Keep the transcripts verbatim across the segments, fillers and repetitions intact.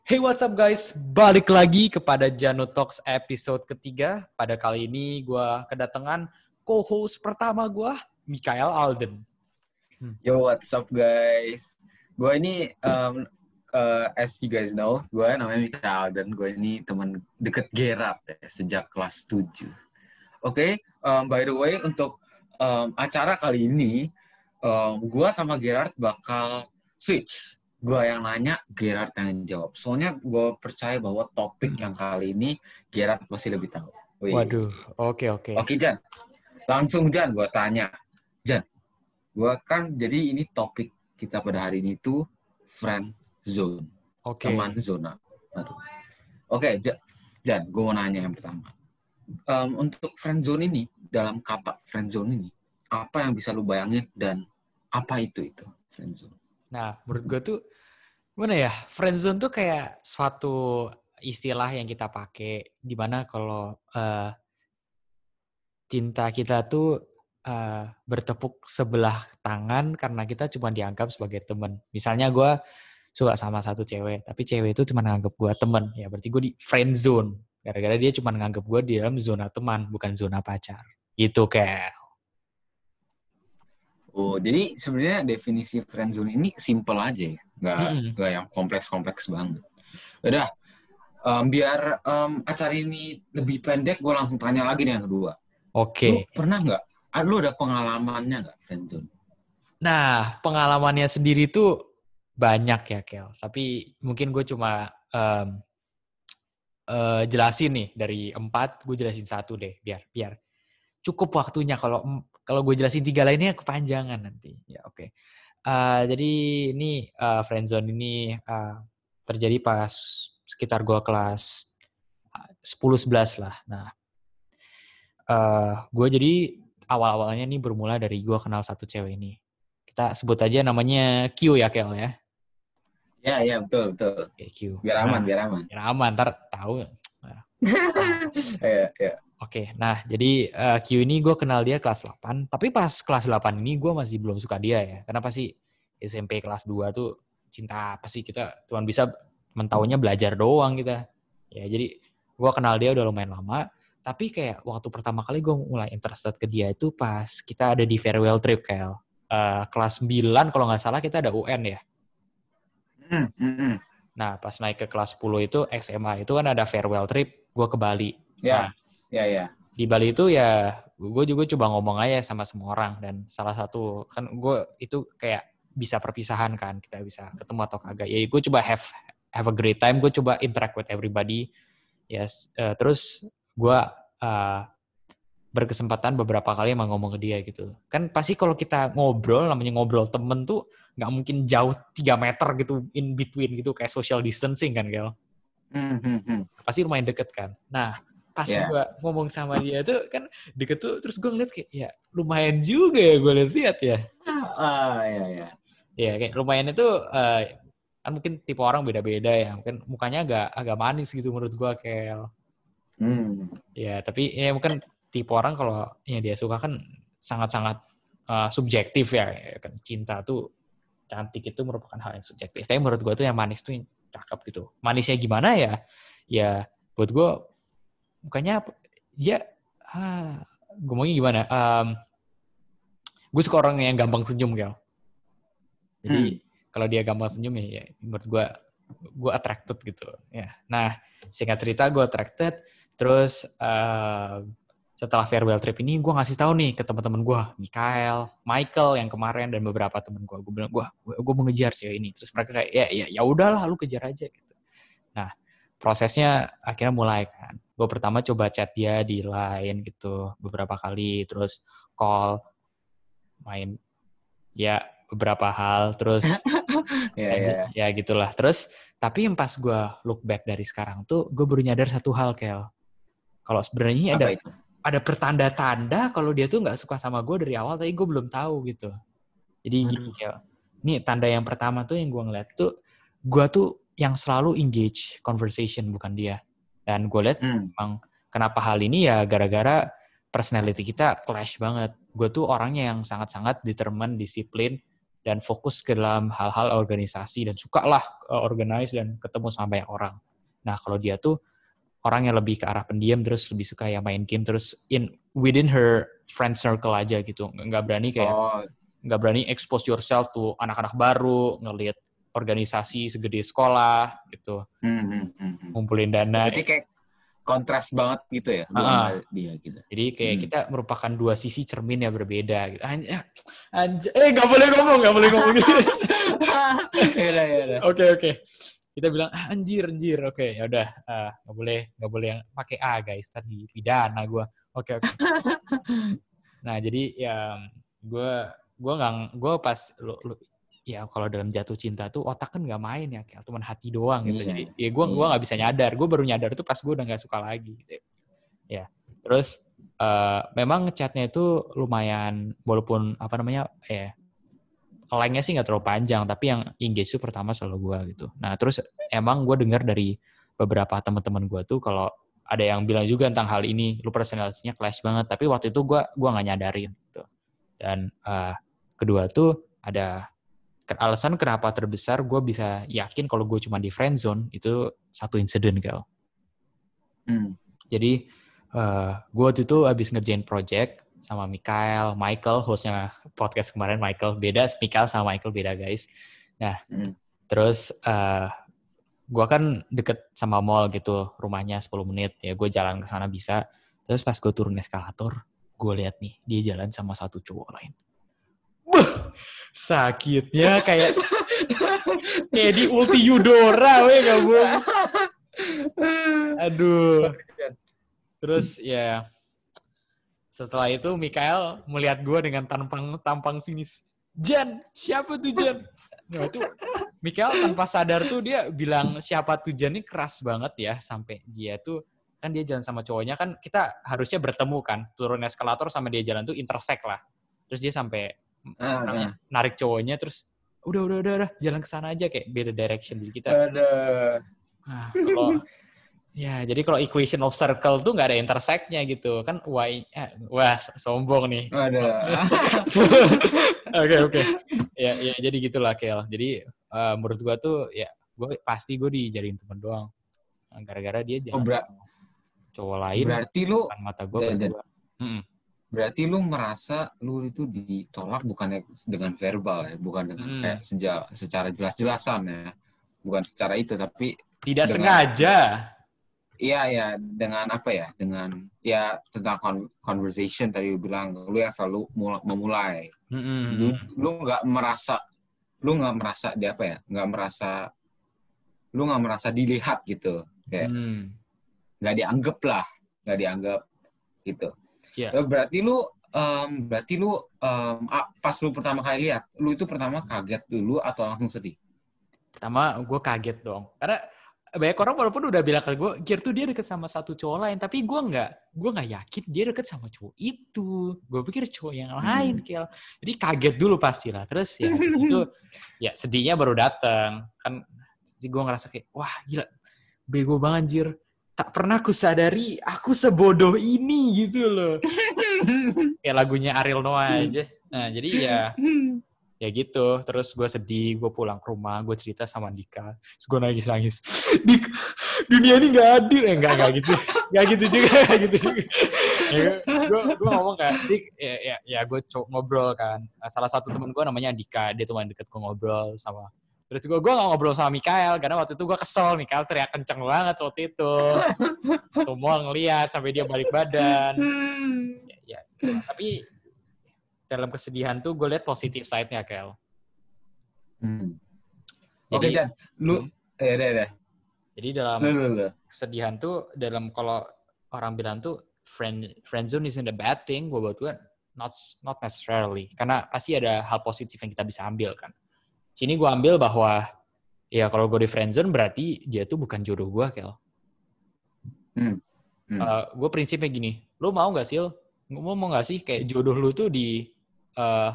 Hey, what's up guys? Balik lagi kepada Jano Talks episode ketiga. Pada kali ini gue kedatangan co-host pertama gue, Mikael Alden. Hmm. Yo, what's up guys? Gue ini, um, uh, as you guys know, gue namanya Mikael Alden. Gue ini teman deket Gerard ya, sejak kelas tujuh. Oke, okay, um, by the way, untuk um, acara kali ini, um, gue sama Gerard bakal switch. Gue yang nanya, Gerard yang jawab. Soalnya gue percaya bahwa topik yang kali ini Gerard pasti lebih tahu. Wih. Waduh, oke okay, oke. Okay. Oke Jan, langsung Jan gue tanya. Jan, gue kan jadi ini topik kita pada hari ini tuh friend zone. Okay. Teman zona. Aduh. Oke, Jan, Jan gue mau nanya yang pertama. Um, untuk friend zone ini, dalam kata friend zone ini, apa yang bisa lu bayangin dan apa itu itu friend zone? Nah, menurut gue tuh, gimana ya, friendzone tuh kayak suatu istilah yang kita pakai, dimana kalau uh, cinta kita tuh uh, bertepuk sebelah tangan karena kita cuma dianggap sebagai teman. Misalnya gue suka sama satu cewek, tapi cewek itu cuma nganggap gue teman, ya berarti gue di friendzone, gara-gara dia cuma nganggap gue di dalam zona teman, bukan zona pacar. Gitu, kayak. Oh, jadi sebenarnya definisi friendzone ini simple aja ya, nggak Mm-mm. nggak yang kompleks-kompleks banget. Udah, um, biar um, acara ini lebih pendek, gue langsung tanya lagi nih yang kedua. Oke. Lu pernah nggak? Lu ada pengalamannya nggak friendzone? Nah, pengalamannya sendiri tuh banyak ya, Kel. Tapi mungkin gue cuma um, uh, jelasin nih dari empat, gue jelasin satu deh, biar biar cukup waktunya. Kalau kalau gue jelasin tiga lainnya kepanjangan nanti. Ya oke. Okay. Uh, jadi ini uh, friendzone ini uh, terjadi pas sekitar gue kelas sepuluh sebelas lah. Nah, uh, gue jadi awal-awalnya nih bermula dari gue kenal satu cewek ini. Kita sebut aja namanya Q ya, Kel ya. Ya, ya betul betul. Oke, Q. Biar aman, Nah, biar aman. Biar aman, ntar tahu. Nah. Ya, ya. Oke, nah jadi uh, Q ini gue kenal dia kelas delapan, tapi pas kelas delapan ini gue masih belum suka dia ya. Kenapa sih S M P kelas dua tuh cinta apa sih, kita cuma bisa mentaunya belajar doang kita. Ya jadi gue kenal dia udah lumayan lama, tapi kayak waktu pertama kali gue mulai interested ke dia itu pas kita ada di farewell trip kayak uh, kelas sembilan kalau nggak salah kita ada U N ya. Hmm, hmm, hmm. Nah pas naik ke kelas sepuluh itu X M A itu kan ada farewell trip, gue ke Bali. Ya. Nah, Ya, ya. Di Bali itu ya gue juga coba ngomong aja sama semua orang, dan salah satu kan gue itu kayak bisa perpisahan kan, kita bisa ketemu atau kagak. Ya gue coba have have a great time, gue coba interact with everybody. Yes, uh, terus gue uh, berkesempatan beberapa kali emang ngomong ke dia gitu. Kan pasti kalau kita ngobrol, namanya ngobrol temen tuh nggak mungkin jauh tiga meter gitu in between gitu, kayak social distancing kan, Gel. Hmm, hmm, hmm. Pasti lumayan deket kan. Nah, pas yeah. gue ngomong sama dia tuh kan deket tuh, terus gue ngeliat kayak ya lumayan juga ya gue lihat ya. Ah, ya, ya. Ya kayak lumayan itu uh, kan mungkin tipe orang beda-beda ya. Mungkin mukanya agak agak manis gitu menurut gue, Kel. Hmm. Ya tapi ya mungkin tipe orang kalau ya dia suka kan sangat-sangat uh, subjektif ya. Kan cinta tuh, cantik itu merupakan hal yang subjektif. Tapi menurut gue tuh yang manis tuh yang cakep gitu. Manisnya gimana ya? Ya buat gue mukanya ya, ah, ngomongnya gimana? Um, gue suka orang yang gampang senyum, Kel. Jadi hmm. kalau dia gampang senyum ya, ya menurut gue gue attracted gitu. Ya. Nah, singkat cerita gue attracted. Terus uh, setelah farewell trip ini gue ngasih tahu nih ke teman-teman gue, Mikael, Michael yang kemarin dan beberapa teman gue. Gue bilang gue gue mau ngejar cewek ini. Terus mereka kayak ya ya ya udahlah, lu kejar aja gitu. Nah, prosesnya akhirnya mulai kan. Gue pertama coba chat dia di Line gitu beberapa kali, terus call, main ya beberapa hal, terus ya, ya, ya. ya gitulah. Terus tapi yang pas gue look back dari sekarang tuh gue baru nyadar satu hal, Kel. Kalau sebenarnya ada itu? ada pertanda-tanda kalau dia tuh nggak suka sama gue dari awal, tapi gue belum tahu gitu. Jadi gini, Kel. Ini tanda yang pertama tuh yang gue ngeliat tuh, gue tuh yang selalu engage conversation, bukan dia. Dan gue lihat hmm. emang kenapa hal ini ya gara-gara personality kita clash banget. Gue tuh orangnya yang sangat-sangat determined, disiplin, dan fokus ke dalam hal-hal organisasi dan suka lah uh, organize dan ketemu sama banyak orang. Nah kalau dia tuh orang yang lebih ke arah pendiam terus lebih suka ya main game terus in within her friend circle aja gitu, nggak berani kayak Oh, nggak berani expose yourself tuh anak-anak baru, ngelihat organisasi segede sekolah gitu, hmm, hmm, hmm, hmm. ngumpulin dana. Berarti kayak kontras banget gitu ya, lu Uh-uh. sama dia gitu. Jadi kayak Hmm. kita merupakan dua sisi cermin yang berbeda gitu. Anj- anj- eh nggak boleh ngomong, nggak boleh ngomong gitu. Yaudah, yaudah. Oke oke. Kita bilang ah, anjir anjir. Oke ya udah uh, nggak boleh nggak boleh yang pakai A guys, tadi pidana gue. Oke oke. Nah jadi ya gue gue nggak gue pas lu, lu ya kalau dalam jatuh cinta tuh otak kan nggak main ya, kayak cuman hati doang gitu. Iya, Jadi ya gue iya. gue nggak bisa nyadar. Gue baru nyadar tuh pas gue udah nggak suka lagi. Gitu. Ya, terus uh, memang chatnya itu lumayan, walaupun apa namanya ya, lengnya sih nggak terlalu panjang, tapi yang engage itu pertama selalu gue gitu. Nah, terus emang gue dengar dari beberapa teman-teman gue tuh kalau ada yang bilang juga tentang hal ini, lu personality-nya clash banget, tapi waktu itu gue gue nggak nyadarin gitu. Dan uh, kedua tuh ada alasan kenapa terbesar gue bisa yakin kalau gue cuma di friend zone itu satu insiden Gal. Hmm. Jadi Uh, gue waktu itu habis ngerjain project sama Mikael, Michael, hostnya podcast kemarin Michael, beda, Mikael sama Michael beda guys. Nah, hmm. terus uh, gue kan deket sama mall gitu, rumahnya sepuluh menit, ya gue jalan ke sana bisa. Terus pas gue turun eskalator, gue lihat nih, dia jalan sama satu cowok lain. Buh, sakitnya kayak kayak di Ulti Yudora, weh gak bohong. Aduh. Terus ya setelah itu Mikael melihat gue dengan tampang tampang sinis. Jan, siapa tuh Jan? Nah itu Mikael tanpa sadar tuh dia bilang siapa tuh Jan ini keras banget ya, sampai dia tuh kan dia jalan sama cowoknya kan kita harusnya bertemu kan, turun eskalator sama dia jalan tuh intersect lah. Terus dia sampai uh, namanya, narik cowoknya terus udah udah udah udah jalan ke sana aja kayak beda direction jadi kita. Ada. Nah, kalau ya, jadi kalau equation of circle tuh nggak ada intersect-nya gitu. Kan y, eh, wah sombong nih. Ada. Oke, oke. Ya, ya jadi gitulah, Kel. Jadi uh, menurut gua tuh ya gue pasti gue dijadiin temen doang. Gara-gara dia jalan oh, ber- cowok lain. Berarti lu mata gua berdua. Mm-mm. Berarti lu merasa lu itu ditolak bukan dengan verbal ya, bukan dengan mm. kayak seja, secara jelas-jelasan ya. Bukan secara itu tapi tidak dengan, sengaja. Iya ya, dengan apa ya? Dengan ya tentang conversation tadi lu bilang, lu yang selalu memulai. Mm-hmm. Lu lu nggak merasa, lu nggak merasa di apa ya? Nggak merasa, lu nggak merasa dilihat gitu, kayak nggak mm. dianggap lah, nggak dianggap gitu. Yeah. Berarti lu, um, berarti lu um, pas lu pertama kali lihat, lu itu pertama kaget dulu atau langsung sedih? Pertama gue kaget dong, karena banyak orang walaupun udah bilang ke gue, Gir tuh dia deket sama satu cowok lain, tapi gue nggak, gue nggak yakin dia deket sama cowok itu. Gue pikir cowok yang lain, hmm. Kel. Jadi kaget dulu pastilah. Terus ya itu, ya sedihnya baru datang. Kan, jadi gue ngerasa kayak, wah gila, bego banget Jir. Tak pernah aku sadari aku sebodoh ini gitu loh. Kayak lagunya Ariel Noah aja. Nah jadi ya. Ya gitu, terus gue sedih, gue pulang ke rumah, gue cerita sama Dika, terus gue nangis-nangis. Dik, dunia ini gak adil, ya enggak, enggak gitu, enggak gitu juga, enggak gitu juga. Ya, gue, gue ngomong kan, Dik, ya, ya, ya gue co- ngobrol kan, salah satu temen gue namanya Dika, dia teman deket gue ngobrol sama, terus gue, gue gak ngobrol sama Mikael, karena waktu itu gue kesel, Mikael teriak kenceng banget waktu itu, semua ngeliat sampai dia balik badan, ya, ya tapi dalam kesedihan tuh gue lihat positif side-nya, Kel. Hmm. Oke, Dan. Lu, hmm. eh, deh, deh. Jadi dalam Lalu, kesedihan tuh, dalam kalau orang bilang tuh, friend, friend zone isn't a bad thing, gue buat gue, not, not necessarily. Karena pasti ada hal positif yang kita bisa ambil, kan. Sini gue ambil bahwa, ya kalau gue di friend zone, berarti dia tuh bukan jodoh gue, Kel. Hmm. Hmm. Uh, gue prinsipnya gini, lu mau gak sih, mau mau gak sih, kayak jodoh lu tuh di Uh,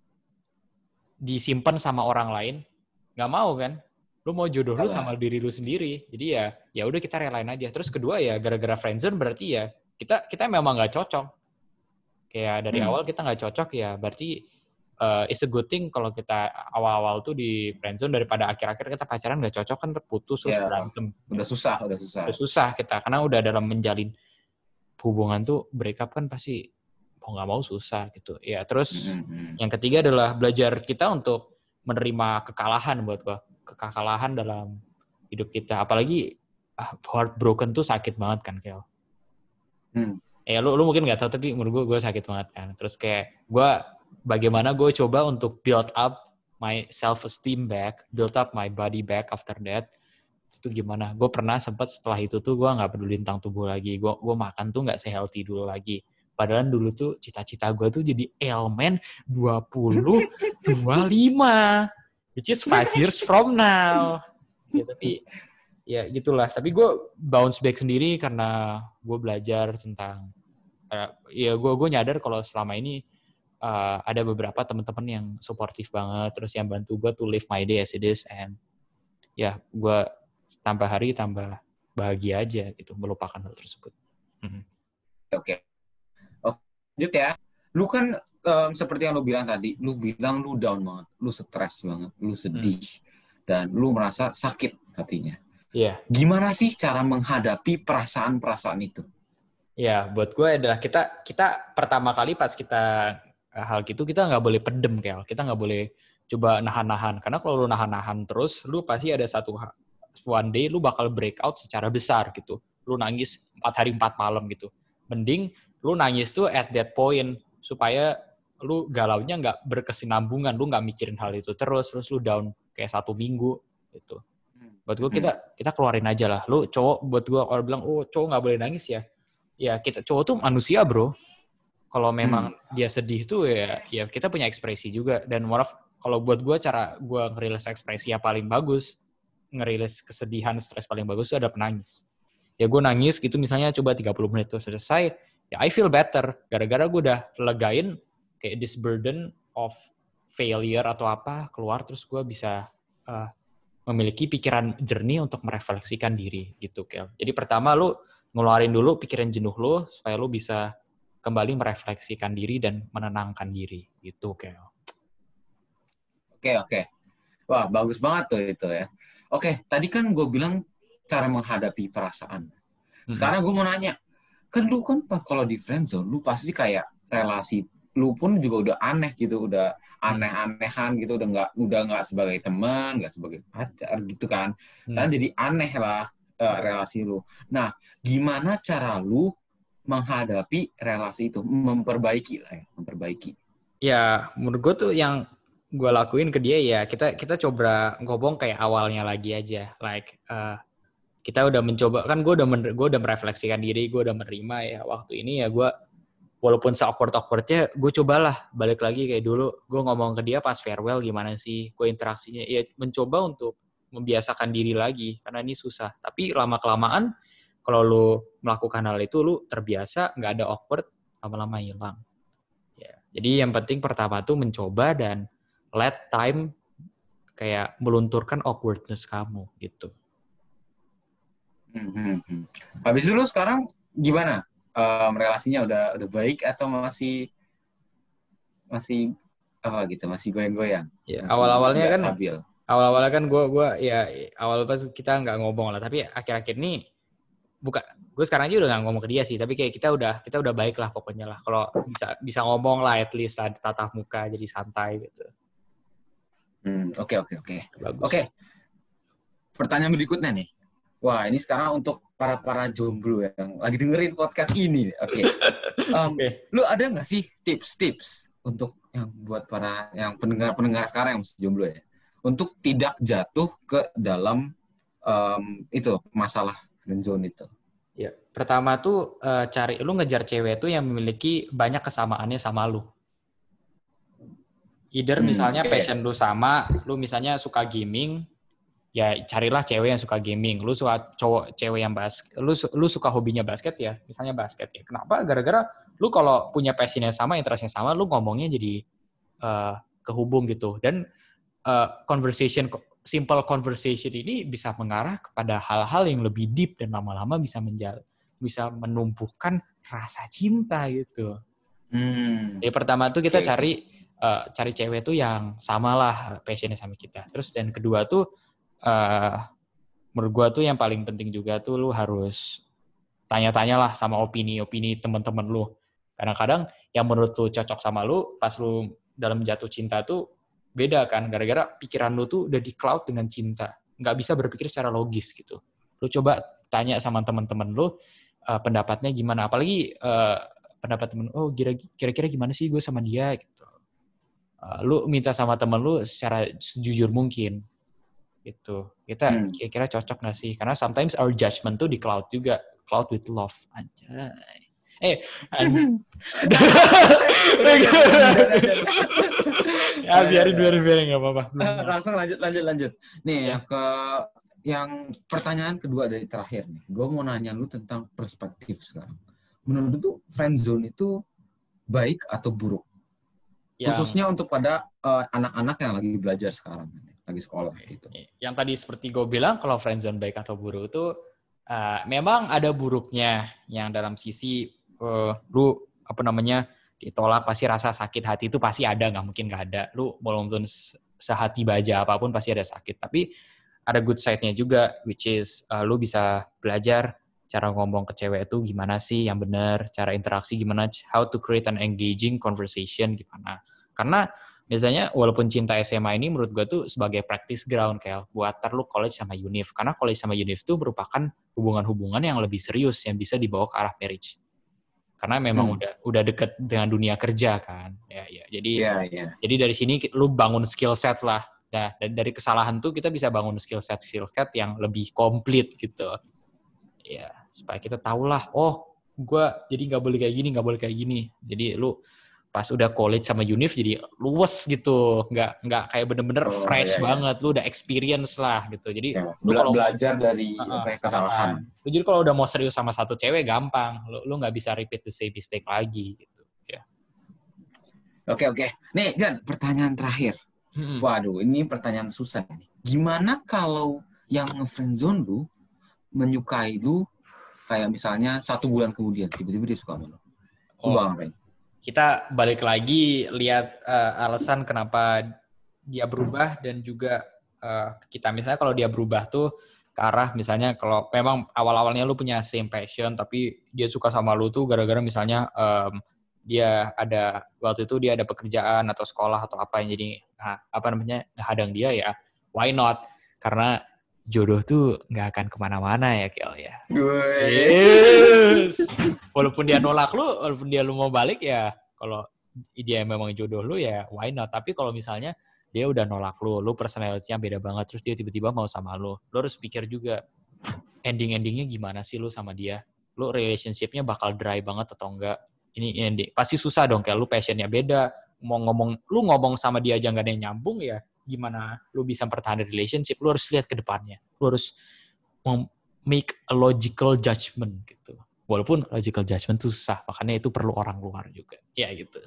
disimpan sama orang lain, nggak mau kan? Lu mau jodoh lu sama diri lu sendiri, jadi ya ya udah kita relain aja. Terus kedua ya gara-gara friendzone berarti ya kita kita memang nggak cocok. Kayak dari hmm. awal kita nggak cocok ya, berarti uh, it's a good thing kalau kita awal-awal tuh di friendzone daripada akhir-akhir kita pacaran nggak cocok kan terputus terus Ya, berantem. udah susah, udah susah. Udah susah kita karena udah dalam menjalin hubungan tuh break up kan pasti mau nggak mau susah gitu. Ya terus Mm-hmm. yang ketiga adalah belajar kita untuk menerima kekalahan buat gua. Kekalahan dalam hidup kita. Apalagi ah, heartbroken tuh sakit banget kan, Kel. Hmm. Ya lu, lu mungkin nggak tahu tapi menurut gue gue sakit banget kan. Terus kayak gue bagaimana gue coba untuk build up my self esteem back, build up my body back after that. Itu gimana? Gue pernah sempat setelah itu tuh gue nggak peduli tentang tubuh lagi. Gue gue makan tuh nggak se-healthy dulu lagi. Padahal dulu tuh cita-cita gue tuh jadi Elman dua puluh dua puluh lima, which is five years from now. Ya, tapi ya gitulah. Tapi gue bounce back sendiri karena gue belajar tentang, uh, ya gue gue nyadar kalau selama ini uh, ada beberapa teman-teman yang supportive banget, terus yang bantu gue to live my day as it is, and ya gue tambah hari tambah bahagia aja gitu, melupakan hal tersebut. Hmm. Oke. Okay. Lanjut ya, lu kan um, seperti yang lu bilang tadi, lu bilang lu down banget, lu stres banget, lu sedih, hmm. dan lu merasa sakit hatinya. Iya. Yeah. Gimana sih cara menghadapi perasaan-perasaan itu? Ya, yeah, buat gue adalah kita kita pertama kali pas kita hal gitu kita nggak boleh pendem, Kel. Kita nggak boleh coba nahan-nahan, karena kalau lu nahan-nahan terus, lu pasti ada satu one day lu bakal break out secara besar gitu. Lu nangis empat hari empat malam gitu. Mending lu nangis tuh at that point supaya lu galaunya nggak berkesinambungan, lu nggak mikirin hal itu terus, terus lu down kayak satu minggu gitu. Buat gue kita kita keluarin aja lah. Lu cowok, buat gue kalau bilang oh cowok nggak boleh nangis ya, ya kita cowok tuh manusia bro. Kalau memang hmm. dia sedih tuh ya ya kita punya ekspresi juga. Dan one of kalau buat gue cara gue ngerilis ekspresi yang paling bagus, ngerilis kesedihan, stres paling bagus itu ada penangis. Ya gue nangis gitu misalnya coba tiga puluh menit tuh selesai. Ya I feel better, gara-gara gue udah legain kayak this burden of failure atau apa, keluar terus gue bisa uh, memiliki pikiran jernih untuk merefleksikan diri gitu, Kel. Jadi pertama lu ngeluarin dulu pikiran jenuh lu supaya lu bisa kembali merefleksikan diri dan menenangkan diri gitu, Kel. Oke, oke. Wah, bagus banget tuh itu ya. Oke, tadi kan gue bilang cara menghadapi perasaan. Sekarang gue mau nanya, kan lu kan kalau di friendzone lu pasti kayak relasi lu pun juga udah aneh gitu, udah aneh-anehan gitu, udah nggak udah nggak sebagai teman, nggak sebagai pacar gitu kan. Sekarang hmm. jadi aneh lah uh, relasi lu. Nah, gimana cara lu menghadapi relasi itu, memperbaiki lah ya, memperbaiki. Ya, menurut gue tuh yang gue lakuin ke dia ya kita kita coba ngomong kayak awalnya lagi aja, like uh, kita udah mencoba kan gue udah men, gue udah merefleksikan diri, gue udah menerima ya waktu ini ya gue walaupun se-awkward-awkwardnya gue cobalah balik lagi kayak dulu, gue ngomong ke dia pas farewell gimana sih, gue interaksinya ya mencoba untuk membiasakan diri lagi karena ini susah. Tapi lama-kelamaan kalau lu melakukan hal itu lu terbiasa, nggak ada awkward, lama-lama hilang. Ya, jadi yang penting pertama tuh mencoba dan let time kayak melunturkan awkwardness kamu gitu. Hmm. Habis itu lu sekarang gimana? Um, relasinya udah udah baik atau masih masih apa gitu, masih goyang-goyang? Ya, awal-awalnya kan stabil. Awal-awalnya kan gue gue ya awal pas kita nggak ngomong lah, tapi akhir-akhir ini bukan gue sekarang aja udah nggak ngomong ke dia sih, tapi kayak kita udah kita udah baik lah pokoknya lah, kalau bisa bisa ngomong lah at least lah tatap muka jadi santai gitu. Hmm, oke oke oke. Oke. Pertanyaan berikutnya nih. Wah, ini sekarang untuk para-para jomblo yang lagi dengerin podcast ini. Oke. Okay. Um, okay. Lu ada nggak sih tips-tips untuk yang buat para yang pendengar-pendengar sekarang yang masih jomblo ya, untuk tidak jatuh ke dalam um, itu masalah friendzone itu? Ya, pertama tuh uh, cari lu ngejar cewek tuh yang memiliki banyak kesamaannya sama lu. Either hmm, misalnya okay. passion lu sama, lu misalnya suka gaming, ya carilah cewek yang suka gaming. Lu suka cowok cewek yang basket, lu lu suka hobinya basket ya, misalnya basket ya. Kenapa? Gara-gara lu kalau punya passion yang sama, interest yang sama, lu ngomongnya jadi uh, kehubung gitu. Dan uh, conversation simple conversation ini bisa mengarah kepada hal-hal yang lebih deep dan lama-lama bisa menjal bisa menumbuhkan rasa cinta gitu. Hmm. Jadi pertama tuh kita okay. cari uh, cari cewek tuh yang sama lah passionnya sama kita. Terus dan kedua tuh uh, menurut gue tuh yang paling penting juga tuh lu harus tanya-tanya lah sama opini-opini teman-teman lu. Kadang-kadang yang menurut lu cocok sama lu, pas lu dalam jatuh cinta tuh beda kan, gara-gara pikiran lu tuh udah di cloud dengan cinta. Nggak bisa berpikir secara logis gitu. Lu coba tanya sama teman-teman lu, uh, pendapatnya gimana. Apalagi uh, pendapat temen, oh kira-kira gimana sih gue sama dia gitu. Uh, lu minta sama temen lu secara sejujur mungkin. Gitu. Kita hmm. kira-kira cocok nggak sih? Karena sometimes our judgment tuh di cloud juga. Cloud with love. Anjay. Eh, anjay. Ya, biarin, biarin, biarin. Nggak apa-apa. Langsung lanjut, lanjut, lanjut. Nih, ya. ke yang pertanyaan kedua dari terakhir nih. Gue mau nanya lu tentang perspektif sekarang. Menurut lu tuh friendzone itu baik atau buruk? Yang, khususnya untuk pada uh, anak-anak yang lagi belajar sekarang. Lagi sekolah gitu. Yang tadi seperti gue bilang, kalau friendzone baik atau buruk itu uh, memang ada buruknya yang dalam sisi uh, lu apa namanya ditolak pasti rasa sakit hati itu pasti ada, nggak mungkin nggak ada. Lu walaupun sehati baja apapun pasti ada sakit. Tapi ada good side-nya juga, which is uh, lu bisa belajar cara ngomong ke cewek itu gimana sih yang benar, cara interaksi gimana, how to create an engaging conversation gimana. Karena biasanya walaupun cinta S M A ini menurut gue tuh sebagai practice ground kayak buat ntar lu college sama univ. Karena college sama univ tuh merupakan hubungan-hubungan yang lebih serius yang bisa dibawa ke arah marriage. Karena memang hmm. udah udah deket dengan dunia kerja kan. Ya ya. Jadi yeah, yeah. jadi dari sini lu bangun skill set lah. Nah, dan dari kesalahan tuh kita bisa bangun skill set skill set yang lebih komplit gitu. Ya, supaya kita tahu lah, oh, gue jadi nggak boleh kayak gini, nggak boleh kayak gini. Jadi lu pas udah college sama univ jadi luwes gitu, nggak nggak kayak bener-bener oh, fresh iya, banget, iya. Lu udah experience lah gitu. Jadi ya, lu kalau belajar dari uh, kesalahan. Lu jadi kalau udah mau serius sama satu cewek gampang, lu lu nggak bisa repeat the same mistake lagi gitu. Ya. Oke oke, nih Jan, pertanyaan terakhir. Hmm. Waduh, ini pertanyaan susah nih. Gimana kalau yang nge-friendzone lu menyukai lu kayak misalnya satu bulan kemudian tiba-tiba dia suka sama lu? Lu oh. ngapain? Kita balik lagi lihat uh, alasan kenapa dia berubah dan juga uh, kita misalnya kalau dia berubah tuh ke arah misalnya kalau memang awal-awalnya lu punya same passion tapi dia suka sama lu tuh gara-gara misalnya um, dia ada waktu itu dia ada pekerjaan atau sekolah atau apa yang jadi nah, apa namanya hadang dia ya why not karena jodoh tuh nggak akan kemana-mana ya Kel ya. Yes. Walaupun dia nolak lu, walaupun dia lu mau balik ya, kalau dia memang jodoh lu ya why not. Tapi kalau misalnya dia udah nolak lu, lu personality-nya beda banget, terus dia tiba-tiba mau sama lu, lu harus pikir juga ending-endingnya gimana sih lu sama dia. Lu relationship-nya bakal dry banget atau enggak. Ini ending. Pasti susah dong kayak lu passion-nya beda. Mau ngomong, lu ngomong sama dia aja nggak ada yang nyambung ya. Gimana lu bisa pertahanan relationship, lu harus lihat ke depannya. Lu harus make a logical judgment gitu. Walaupun logical judgment itu susah, makanya itu perlu orang luar juga. Ya gitu.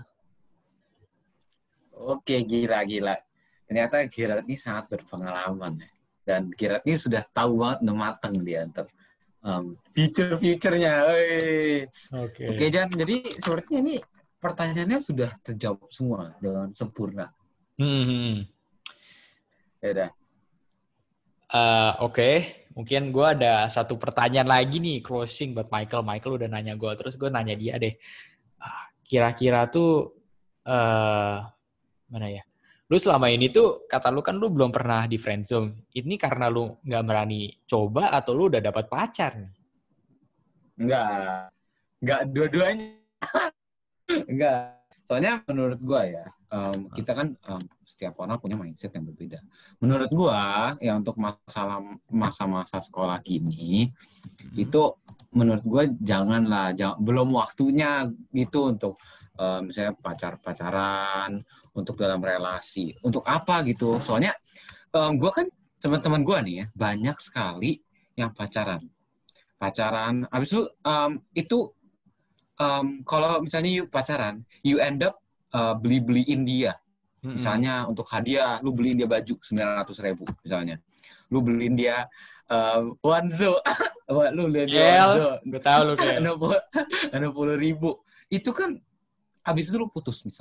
Oke, gila-gila. Ternyata Gerard ini sangat berpengalaman. Dan Gerard ini sudah tahu banget, udah mateng dia untuk um, future-future-nya. Oke, okay. Oke, Jan. Jadi sepertinya ini pertanyaannya sudah terjawab semua dengan sempurna. Hmm. Ya udah. Uh, Oke, okay. Mungkin gue ada satu pertanyaan lagi nih closing buat Michael. Michael udah nanya gue, terus gue nanya dia deh. Uh, kira-kira tuh uh, mana ya? Lu selama ini tuh kata lu kan lu belum pernah di friendzone. Ini karena lu nggak berani coba atau lu udah dapat pacar nih? Enggak, enggak dua-duanya. Enggak. Soalnya menurut gue ya, um, kita kan um, setiap orang punya mindset yang berbeda. Menurut gue, ya untuk masalah masa-masa sekolah gini, hmm. itu menurut gue janganlah, jangan, belum waktunya gitu untuk um, misalnya pacar-pacaran, untuk dalam relasi. Untuk apa gitu? Soalnya um, gue kan, teman-teman gue nih ya, banyak sekali yang pacaran. Pacaran, habis itu, um, itu Um, kalau misalnya you pacaran, you end up uh, beli-beliin dia. Mm-hmm. Misalnya untuk hadiah, lu beliin dia baju sembilan ratus ribu misalnya. Lu beliin dia uh, Wanzo. Lu beliin dia Wanzo. Gue tahu lu kayak. enam puluh ribu. Itu kan, habis itu lu putus misalnya.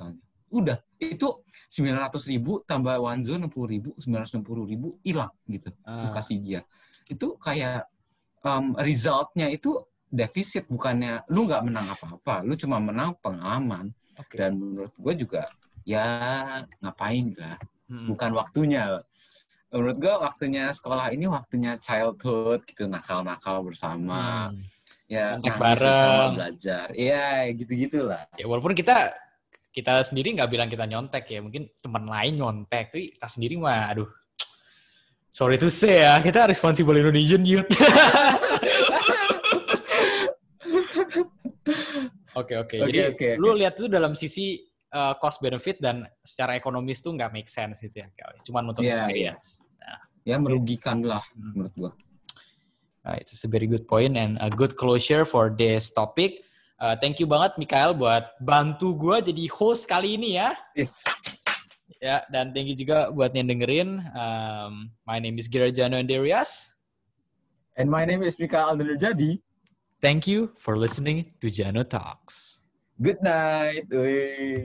Udah, itu sembilan ratus ribu tambah Wanzo enam puluh ribu, sembilan ratus enam puluh ribu hilang gitu. Lu Ah. kasih dia. Itu kayak um, resultnya itu defisit, bukannya lu nggak menang apa-apa, lu cuma menang pengalaman. Oke. Dan menurut gue juga ya ngapain lah, Hmm. bukan waktunya. Menurut gue waktunya sekolah ini waktunya childhood gitu, nakal-nakal bersama, Hmm. ya Kontak nangis bersama bareng. belajar, iya gitu-gitulah. Ya walaupun kita kita sendiri nggak bilang kita nyontek ya, mungkin teman lain nyontek, tapi kita sendiri mah, aduh, sorry to say ya, kita responsible Indonesian youth. Oke oke, Oke, jadi oke, oke. lu lihat itu dalam sisi uh, cost benefit dan secara ekonomis tuh nggak make sense gitu ya, cuman untuk Iya, experience. Nah, Ya merugikan lah Hmm. menurut gua. uh, it's a very good point and a good closure for this topic. Uh, thank you banget Mikael buat bantu gua jadi host kali ini ya. Yes. Ya, dan thank you juga buat yang dengerin. Um, my name is Girajano Anderias. And my name is Mika Aldenurjadi. Thank you for listening to Jano Talks. Good night. Wih.